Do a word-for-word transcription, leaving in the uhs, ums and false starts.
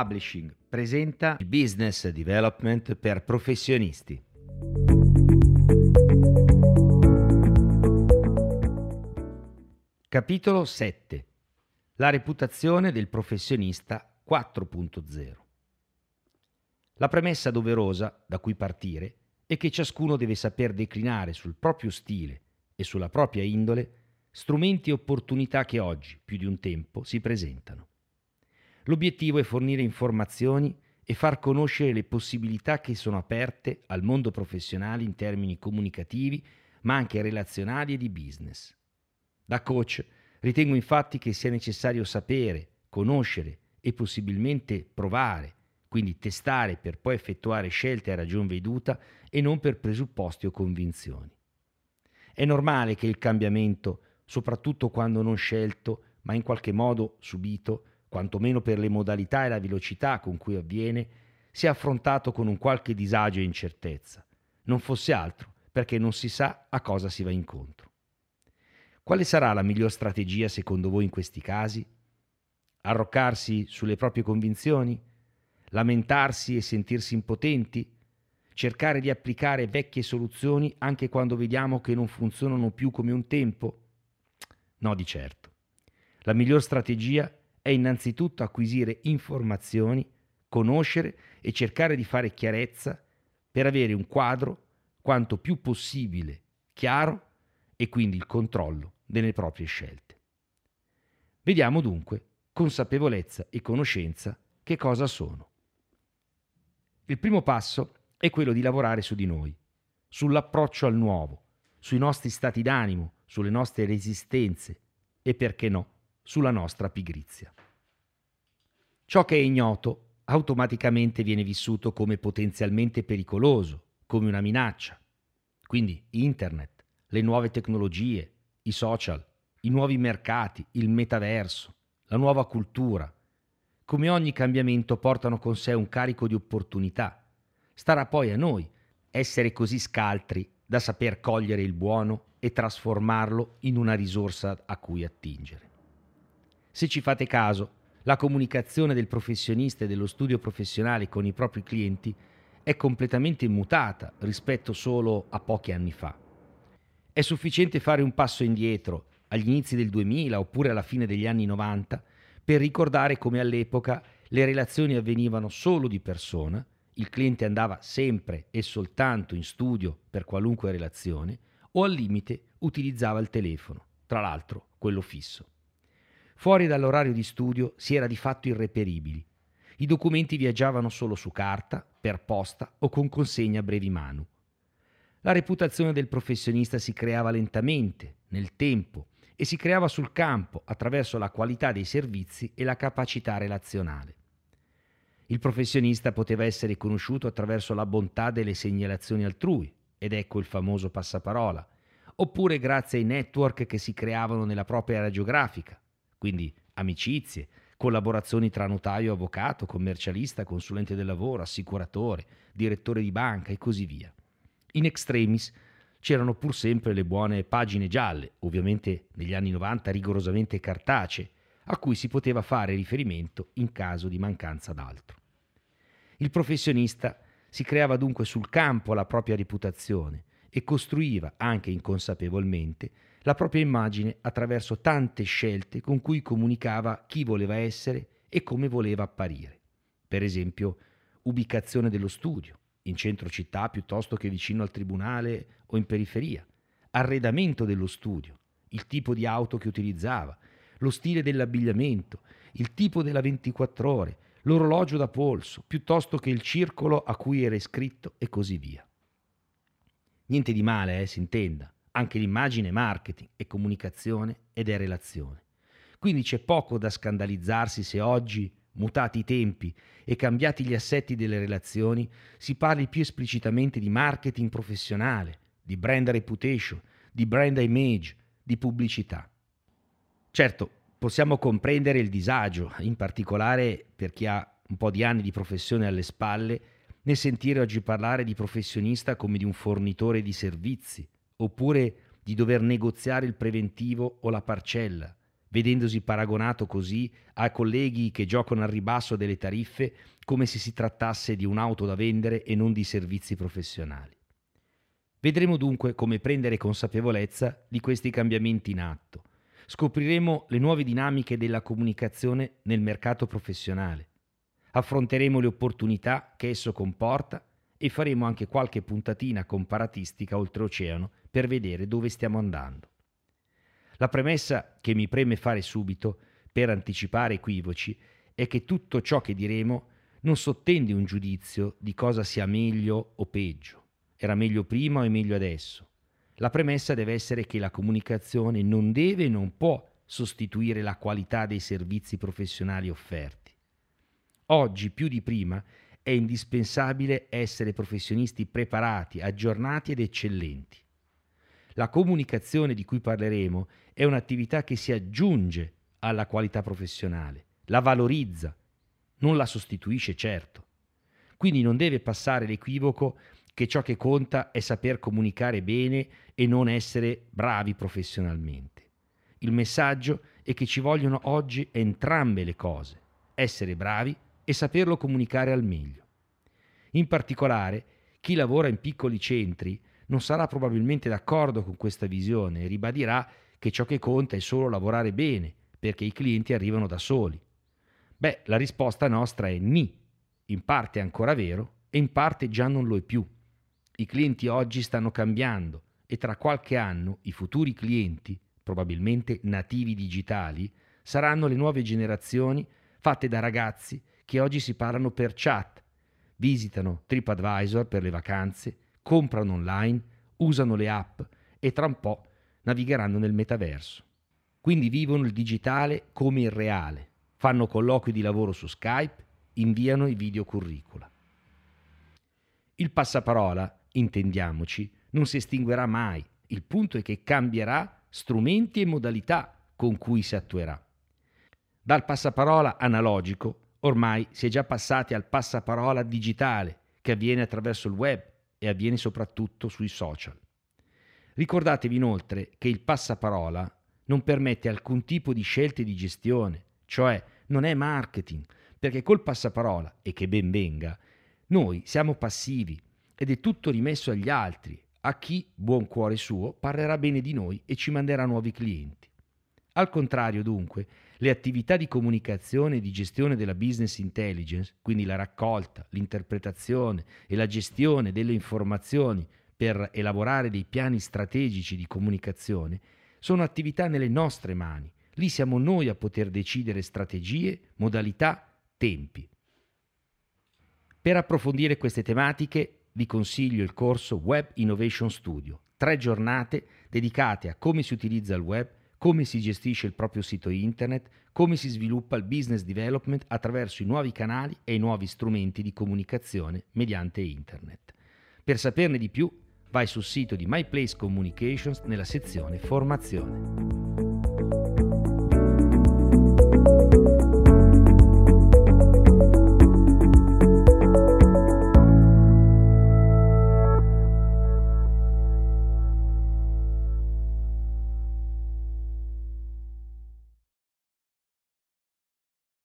Publishing presenta il Business Development per professionisti. Capitolo sette. La reputazione del professionista quattro punto zero. La premessa doverosa da cui partire è che ciascuno deve saper declinare sul proprio stile e sulla propria indole strumenti e opportunità che oggi, più di un tempo, si presentano. L'obiettivo è fornire informazioni e far conoscere le possibilità che sono aperte al mondo professionale in termini comunicativi, ma anche relazionali e di business. Da coach ritengo infatti che sia necessario sapere, conoscere e possibilmente provare, quindi testare per poi effettuare scelte a ragion veduta e non per presupposti o convinzioni. È normale che il cambiamento, soprattutto quando non scelto, ma in qualche modo subito, quantomeno per le modalità e la velocità con cui avviene, sia affrontato con un qualche disagio e incertezza, non fosse altro perché non si sa a cosa si va incontro. Quale sarà la miglior strategia secondo voi in questi casi? Arroccarsi sulle proprie convinzioni? Lamentarsi e sentirsi impotenti? Cercare di applicare vecchie soluzioni anche quando vediamo che non funzionano più come un tempo? No, di certo. La miglior strategia è innanzitutto acquisire informazioni, conoscere e cercare di fare chiarezza per avere un quadro quanto più possibile chiaro e quindi il controllo delle proprie scelte. Vediamo dunque consapevolezza e conoscenza che cosa sono. Il primo passo è quello di lavorare su di noi, sull'approccio al nuovo, sui nostri stati d'animo, sulle nostre resistenze e, perché no, sulla nostra pigrizia. Ciò che è ignoto automaticamente viene vissuto come potenzialmente pericoloso, come una minaccia. Quindi internet, le nuove tecnologie, i social, i nuovi mercati, il metaverso, la nuova cultura, come ogni cambiamento portano con sé un carico di opportunità. Starà poi a noi essere così scaltri da saper cogliere il buono e trasformarlo in una risorsa a cui attingere. Se ci fate caso, la comunicazione del professionista e dello studio professionale con i propri clienti è completamente mutata rispetto solo a pochi anni fa. È sufficiente fare un passo indietro agli inizi del duemila oppure alla fine degli anni novanta per ricordare come all'epoca le relazioni avvenivano solo di persona, il cliente andava sempre e soltanto in studio per qualunque relazione o al limite utilizzava il telefono, tra l'altro quello fisso. Fuori dall'orario di studio si era di fatto irreperibili. I documenti viaggiavano solo su carta, per posta o con consegna brevi manu. La reputazione del professionista si creava lentamente, nel tempo, e si creava sul campo attraverso la qualità dei servizi e la capacità relazionale. Il professionista poteva essere conosciuto attraverso la bontà delle segnalazioni altrui, ed ecco il famoso passaparola, oppure grazie ai network che si creavano nella propria area geografica, quindi amicizie, collaborazioni tra notaio, avvocato, commercialista, consulente del lavoro, assicuratore, direttore di banca e così via. In extremis c'erano pur sempre le buone pagine gialle, ovviamente negli anni novanta rigorosamente cartacee, a cui si poteva fare riferimento in caso di mancanza d'altro. Il professionista si creava dunque sul campo la propria reputazione e costruiva, anche inconsapevolmente, la propria immagine attraverso tante scelte con cui comunicava chi voleva essere e come voleva apparire. Per esempio, ubicazione dello studio, in centro città piuttosto che vicino al tribunale o in periferia, arredamento dello studio, il tipo di auto che utilizzava, lo stile dell'abbigliamento, il tipo della ventiquattro ore, l'orologio da polso, piuttosto che il circolo a cui era iscritto e così via. Niente di male, eh, si intenda, anche l'immagine è marketing, è comunicazione ed è relazione. Quindi c'è poco da scandalizzarsi se oggi, mutati i tempi e cambiati gli assetti delle relazioni, si parli più esplicitamente di marketing professionale, di brand reputation, di brand image, di pubblicità. Certo, possiamo comprendere il disagio, in particolare per chi ha un po' di anni di professione alle spalle, nel sentire oggi parlare di professionista come di un fornitore di servizi, oppure di dover negoziare il preventivo o la parcella, vedendosi paragonato così a colleghi che giocano al ribasso delle tariffe come se si trattasse di un'auto da vendere e non di servizi professionali. Vedremo dunque come prendere consapevolezza di questi cambiamenti in atto. Scopriremo le nuove dinamiche della comunicazione nel mercato professionale. Affronteremo le opportunità che esso comporta e faremo anche qualche puntatina comparatistica oltreoceano per vedere dove stiamo andando. La premessa che mi preme fare subito, per anticipare equivoci, è che tutto ciò che diremo non sottende un giudizio di cosa sia meglio o peggio, era meglio prima o è meglio adesso. La premessa deve essere che la comunicazione non deve e non può sostituire la qualità dei servizi professionali offerti. Oggi, più di prima, è indispensabile essere professionisti preparati, aggiornati ed eccellenti. La comunicazione di cui parleremo è un'attività che si aggiunge alla qualità professionale, la valorizza, non la sostituisce certo. Quindi non deve passare l'equivoco che ciò che conta è saper comunicare bene e non essere bravi professionalmente. Il messaggio è che ci vogliono oggi entrambe le cose, essere bravi e saperlo comunicare al meglio. In particolare, chi lavora in piccoli centri non sarà probabilmente d'accordo con questa visione e ribadirà che ciò che conta è solo lavorare bene, perché i clienti arrivano da soli. Beh, la risposta nostra è ni. In parte è ancora vero e in parte già non lo è più. I clienti oggi stanno cambiando e tra qualche anno i futuri clienti, probabilmente nativi digitali, saranno le nuove generazioni fatte da ragazzi che oggi si parlano per chat, visitano TripAdvisor per le vacanze, comprano online, usano le app e tra un po' navigheranno nel metaverso. Quindi vivono il digitale come il reale, fanno colloqui di lavoro su Skype, inviano i video curricula. Il passaparola, intendiamoci, non si estinguerà mai. Il punto è che cambierà strumenti e modalità con cui si attuerà. Dal passaparola analogico ormai si è già passati al passaparola digitale, che avviene attraverso il web e avviene soprattutto sui social. Ricordatevi inoltre che il passaparola non permette alcun tipo di scelte di gestione, cioè non è marketing, perché col passaparola, e che ben venga, noi siamo passivi ed è tutto rimesso agli altri, a chi, buon cuore suo, parlerà bene di noi e ci manderà nuovi clienti. Al contrario, dunque, le attività di comunicazione e di gestione della business intelligence, quindi la raccolta, l'interpretazione e la gestione delle informazioni per elaborare dei piani strategici di comunicazione, sono attività nelle nostre mani. Lì siamo noi a poter decidere strategie, modalità, tempi. Per approfondire queste tematiche vi consiglio il corso Web Innovation Studio, tre giornate dedicate a come si utilizza il web, come si gestisce il proprio sito internet, come si sviluppa il business development attraverso i nuovi canali e i nuovi strumenti di comunicazione mediante internet. Per saperne di più, vai sul sito di My Place Communications nella sezione Formazione.